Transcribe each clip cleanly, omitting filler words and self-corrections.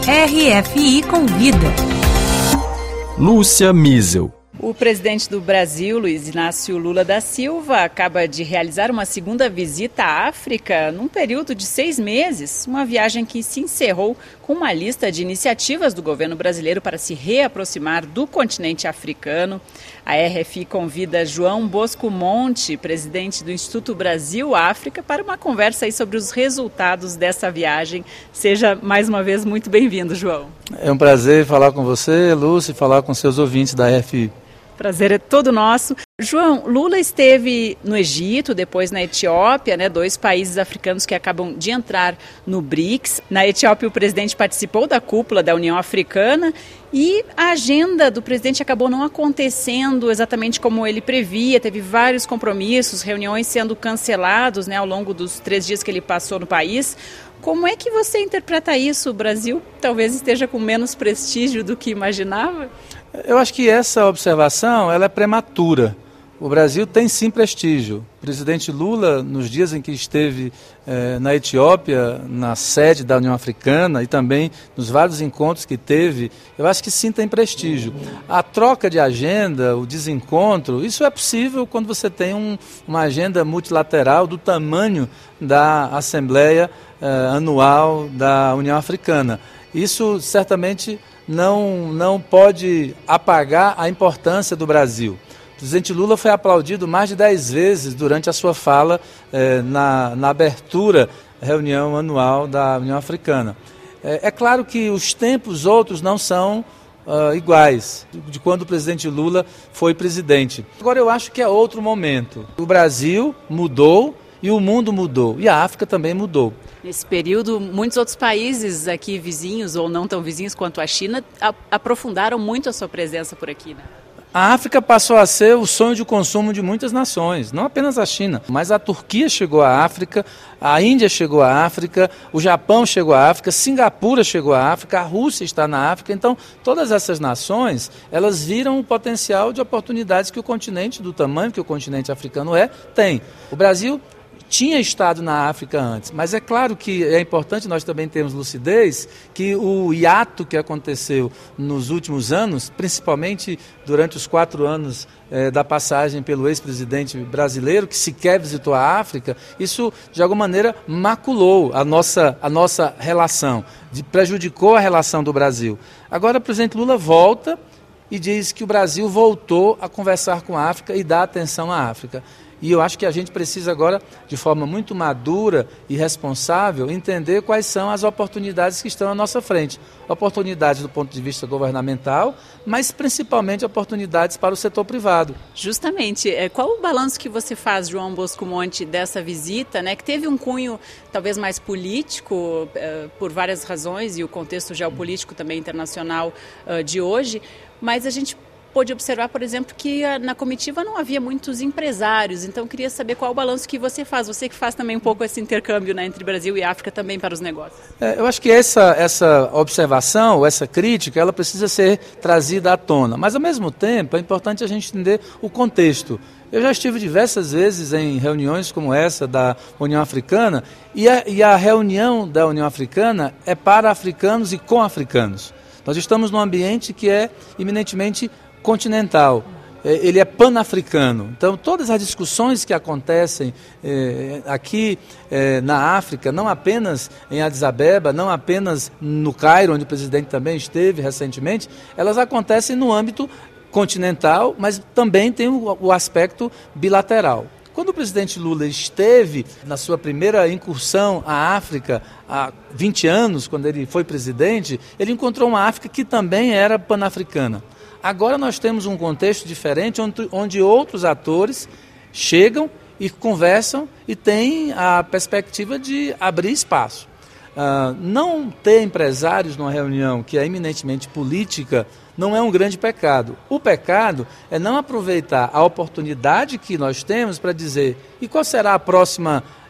RFI Convida. Lúcia Miesel. O presidente do Brasil, Luiz Inácio Lula da Silva, acaba de realizar uma segunda visita à África num período de 6 meses, uma viagem que se encerrou com uma lista de iniciativas do governo brasileiro para se reaproximar do continente africano. A RFI convida João Bosco Monte, presidente do Instituto Brasil-África, para uma conversa aí sobre os resultados dessa viagem. Seja mais uma vez muito bem-vindo, João. É um prazer falar com você, Lúcia, e falar com seus ouvintes da RFI. Prazer é todo nosso. João, Lula esteve no Egito, depois na Etiópia, 2 países africanos que acabam de entrar no BRICS. Na Etiópia, o presidente participou da cúpula da União Africana e a agenda do presidente acabou não acontecendo exatamente como ele previa. Teve vários compromissos, reuniões sendo cancelados ao longo dos 3 dias que ele passou no país. Como é que você interpreta isso? O Brasil talvez esteja com menos prestígio do que imaginava? Eu acho que essa observação ela é prematura. O Brasil tem sim prestígio. O presidente Lula, nos dias em que esteve na Etiópia, na sede da União Africana e também nos vários encontros que teve, eu acho que sim tem prestígio. A troca de agenda, o desencontro, isso é possível quando você tem uma agenda multilateral do tamanho da Assembleia Anual da União Africana. Isso certamente não pode apagar a importância do Brasil. O presidente Lula foi aplaudido mais de 10 vezes durante a sua fala na abertura da reunião anual da União Africana. É claro que os tempos outros não são iguais de quando o presidente Lula foi presidente. Agora eu acho que é outro momento. O Brasil mudou e o mundo mudou e a África também mudou. Nesse período, muitos outros países aqui vizinhos ou não tão vizinhos quanto a China aprofundaram muito a sua presença por aqui, A África passou a ser o sonho de consumo de muitas nações, não apenas a China, mas a Turquia chegou à África, a Índia chegou à África, o Japão chegou à África, Singapura chegou à África, a Rússia está na África. Então, todas essas nações, elas viram o potencial de oportunidades que o continente, do tamanho que o continente africano tem. O Brasil tinha estado na África antes, mas é claro que é importante nós também termos lucidez que o hiato que aconteceu nos últimos anos, principalmente durante os 4 anos da passagem pelo ex-presidente brasileiro, que sequer visitou a África, isso de alguma maneira maculou a nossa relação, prejudicou a relação do Brasil. Agora o presidente Lula volta e diz que o Brasil voltou a conversar com a África e dar atenção à África. E eu acho que a gente precisa agora, de forma muito madura e responsável, entender quais são as oportunidades que estão à nossa frente. Oportunidades do ponto de vista governamental, mas principalmente oportunidades para o setor privado. Justamente. Qual o balanço que você faz, João Bosco Monte, dessa visita, que teve um cunho talvez mais político, por várias razões, e o contexto geopolítico também internacional de hoje, mas a gente pôde observar, por exemplo, que na comitiva não havia muitos empresários, então queria saber qual o balanço que você faz, você que faz também um pouco esse intercâmbio entre Brasil e África também para os negócios. Eu acho que essa observação, essa crítica, ela precisa ser trazida à tona, mas ao mesmo tempo é importante a gente entender o contexto. Eu já estive diversas vezes em reuniões como essa da União Africana e a reunião da União Africana é para africanos e com africanos. Nós estamos num ambiente que é eminentemente continental, ele é pan-africano. Então, todas as discussões que acontecem aqui na África, não apenas em Addis Abeba, não apenas no Cairo, onde o presidente também esteve recentemente, elas acontecem no âmbito continental, mas também tem o aspecto bilateral. Quando o presidente Lula esteve na sua primeira incursão à África, há 20 anos, quando ele foi presidente, ele encontrou uma África que também era pan-africana. Agora nós temos um contexto diferente, onde outros atores chegam e conversam e têm a perspectiva de abrir espaço. Não ter empresários numa reunião que é eminentemente política não é um grande pecado. O pecado é não aproveitar a oportunidade que nós temos para dizer e qual será a próxima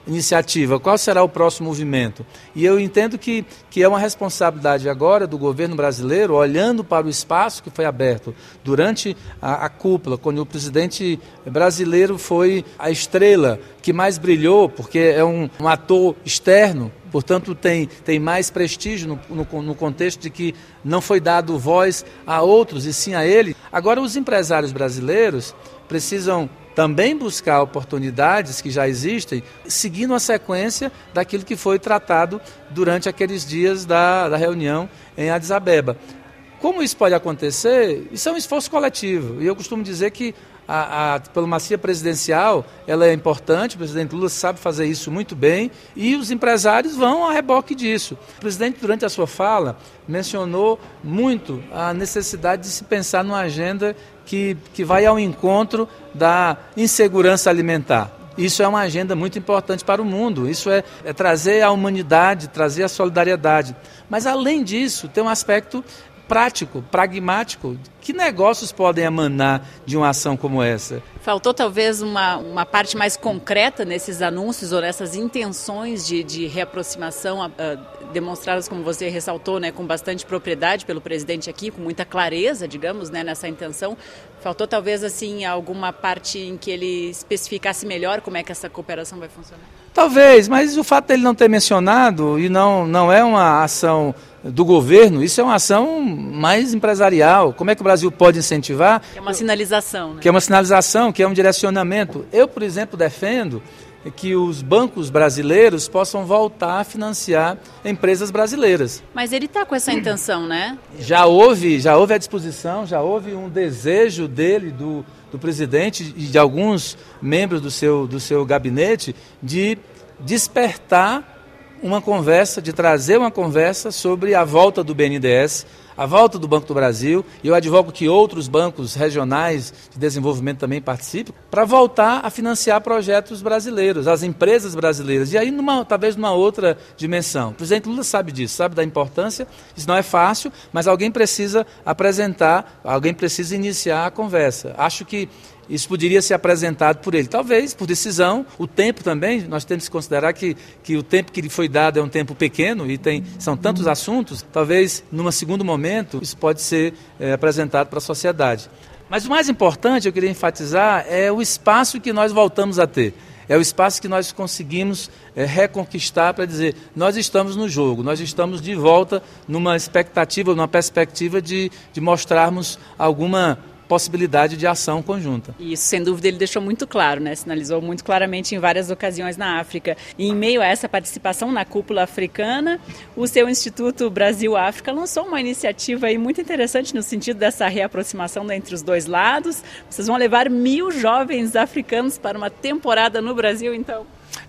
iniciativa? Qual será o próximo movimento? E eu entendo que é uma responsabilidade agora do governo brasileiro, olhando para o espaço que foi aberto durante a cúpula, quando o presidente brasileiro foi a estrela que mais brilhou, porque é um ator externo, portanto tem mais prestígio no contexto de que não foi dado voz a outros e sim a ele. Agora os empresários brasileiros precisam também buscar oportunidades que já existem, seguindo a sequência daquilo que foi tratado durante aqueles dias da reunião em Addis Abeba. Como isso pode acontecer? Isso é um esforço coletivo. E eu costumo dizer que a diplomacia presidencial ela é importante, o presidente Lula sabe fazer isso muito bem e os empresários vão a reboque disso. O presidente, durante a sua fala, mencionou muito a necessidade de se pensar numa agenda que vai ao encontro da insegurança alimentar. Isso é uma agenda muito importante para o mundo, isso é trazer a humanidade, trazer a solidariedade. Mas, além disso, tem um aspecto prático, pragmático. Que negócios podem emanar de uma ação como essa? Faltou talvez uma parte mais concreta nesses anúncios ou nessas intenções de reaproximação demonstradas, como você ressaltou, né, com bastante propriedade pelo presidente aqui, com muita clareza, digamos, né, nessa intenção. Faltou talvez assim alguma parte em que ele especificasse melhor como é que essa cooperação vai funcionar? Talvez, mas o fato dele não ter mencionado, e não é uma ação do governo, isso é uma ação mais empresarial. Como é que o Brasil pode incentivar? Que é uma sinalização, né? Que é uma sinalização, que é um direcionamento. Eu, por exemplo, defendo que os bancos brasileiros possam voltar a financiar empresas brasileiras. Mas ele está com essa intenção, né? Já houve a disposição, já houve um desejo dele, do presidente e de alguns membros do seu gabinete de despertar uma conversa, de trazer uma conversa sobre a volta do BNDES, a volta do Banco do Brasil, e eu advogo que outros bancos regionais de desenvolvimento também participem, para voltar a financiar projetos brasileiros, as empresas brasileiras, e aí talvez numa outra dimensão. O presidente Lula sabe disso, sabe da importância, isso não é fácil, mas alguém precisa apresentar, alguém precisa iniciar a conversa. Acho que isso poderia ser apresentado por ele, talvez por decisão. O tempo também, nós temos que considerar que o tempo que lhe foi dado é um tempo pequeno e são tantos assuntos, talvez num segundo momento isso pode ser apresentado para a sociedade. Mas o mais importante, eu queria enfatizar, é o espaço que nós voltamos a ter. É o espaço que nós conseguimos reconquistar para dizer, nós estamos no jogo, nós estamos de volta numa expectativa, numa perspectiva de mostrarmos alguma possibilidade de ação conjunta. Isso, sem dúvida, ele deixou muito claro, né? Sinalizou muito claramente em várias ocasiões na África. E em meio a essa participação na cúpula africana, o seu Instituto Brasil-África lançou uma iniciativa aí muito interessante no sentido dessa reaproximação entre os dois lados. Vocês vão levar 1.000 jovens africanos para uma temporada no Brasil, então?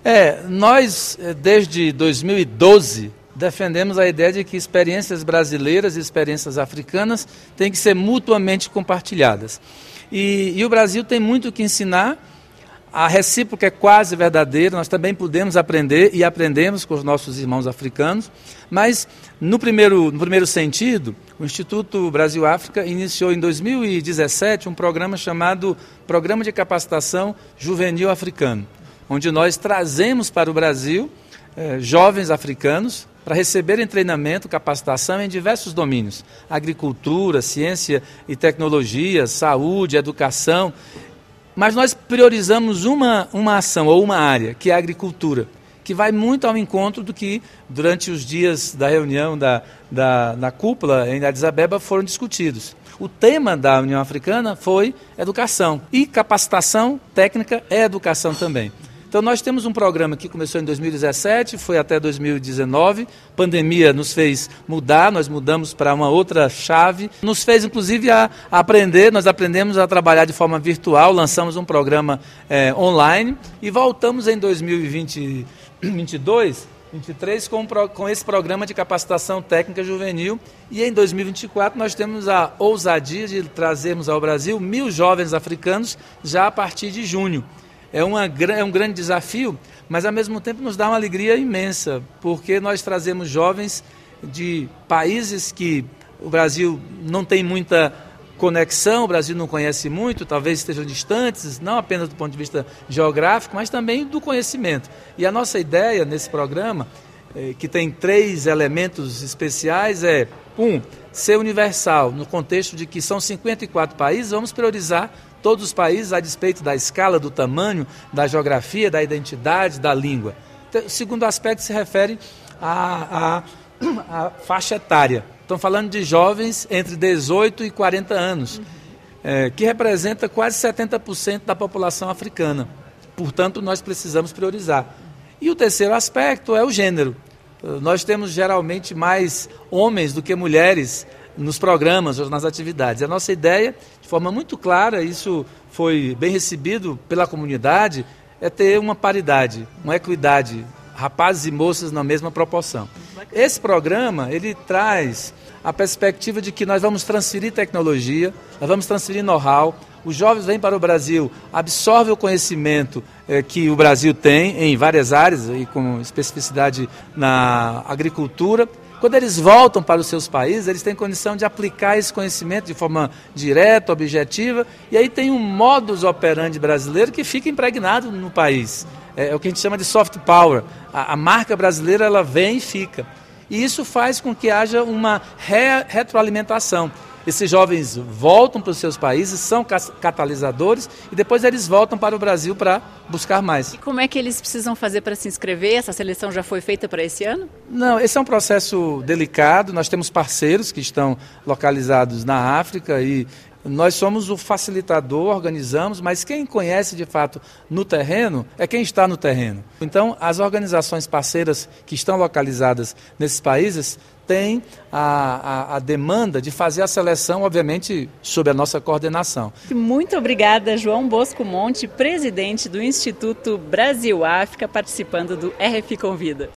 Nós, desde 2012, defendemos a ideia de que experiências brasileiras e experiências africanas têm que ser mutuamente compartilhadas. E o Brasil tem muito que ensinar, a recíproca é quase verdadeira, nós também podemos aprender e aprendemos com os nossos irmãos africanos, mas no primeiro sentido, o Instituto Brasil-África iniciou em 2017 um programa chamado Programa de Capacitação Juvenil Africano, onde nós trazemos para o Brasil jovens africanos para receberem treinamento, capacitação em diversos domínios, agricultura, ciência e tecnologia, saúde, educação, mas nós priorizamos uma ação ou uma área, que é a agricultura, que vai muito ao encontro do que durante os dias da reunião da cúpula em Addis Abeba foram discutidos. O tema da União Africana foi educação, e capacitação técnica é educação também. Então nós temos um programa que começou em 2017, foi até 2019, pandemia nos fez mudar, nós mudamos para uma outra chave, nos fez inclusive a aprender, nós aprendemos a trabalhar de forma virtual, lançamos um programa online e voltamos em 2022, 2023 com esse programa de capacitação técnica juvenil e em 2024 nós temos a ousadia de trazermos ao Brasil 1.000 jovens africanos já a partir de junho. É um grande desafio, mas ao mesmo tempo nos dá uma alegria imensa, porque nós trazemos jovens de países que o Brasil não tem muita conexão, o Brasil não conhece muito, talvez estejam distantes, não apenas do ponto de vista geográfico, mas também do conhecimento. E a nossa ideia nesse programa, que tem 3 elementos especiais, é: 1, ser universal, no contexto de que são 54 países, vamos priorizar todos os países a despeito da escala, do tamanho, da geografia, da identidade, da língua. O segundo aspecto se refere à faixa etária. Estão falando de jovens entre 18 e 40 anos, que representa quase 70% da população africana. Portanto, nós precisamos priorizar. E o terceiro aspecto é o gênero. Nós temos geralmente mais homens do que mulheres nos programas ou nas atividades. A nossa ideia, de forma muito clara, isso foi bem recebido pela comunidade, é ter uma paridade, uma equidade, rapazes e moças na mesma proporção. Esse programa, ele traz a perspectiva de que nós vamos transferir tecnologia, nós vamos transferir know-how. Os jovens vêm para o Brasil, absorvem o conhecimento que o Brasil tem em várias áreas, e com especificidade na agricultura. Quando eles voltam para os seus países, eles têm condição de aplicar esse conhecimento de forma direta, objetiva, e aí tem um modus operandi brasileiro que fica impregnado no país. É o que a gente chama de soft power. A marca brasileira, ela vem e fica. E isso faz com que haja uma retroalimentação. Esses jovens voltam para os seus países, são catalisadores, e depois eles voltam para o Brasil para buscar mais. E como é que eles precisam fazer para se inscrever? Essa seleção já foi feita para esse ano? Não, esse é um processo delicado. Nós temos parceiros que estão localizados na África e nós somos o facilitador, organizamos, mas quem conhece de fato no terreno é quem está no terreno. Então, as organizações parceiras que estão localizadas nesses países têm a demanda de fazer a seleção, obviamente, sob a nossa coordenação. Muito obrigada, João Bosco Monte, presidente do Instituto Brasil-África, participando do RFI Convida.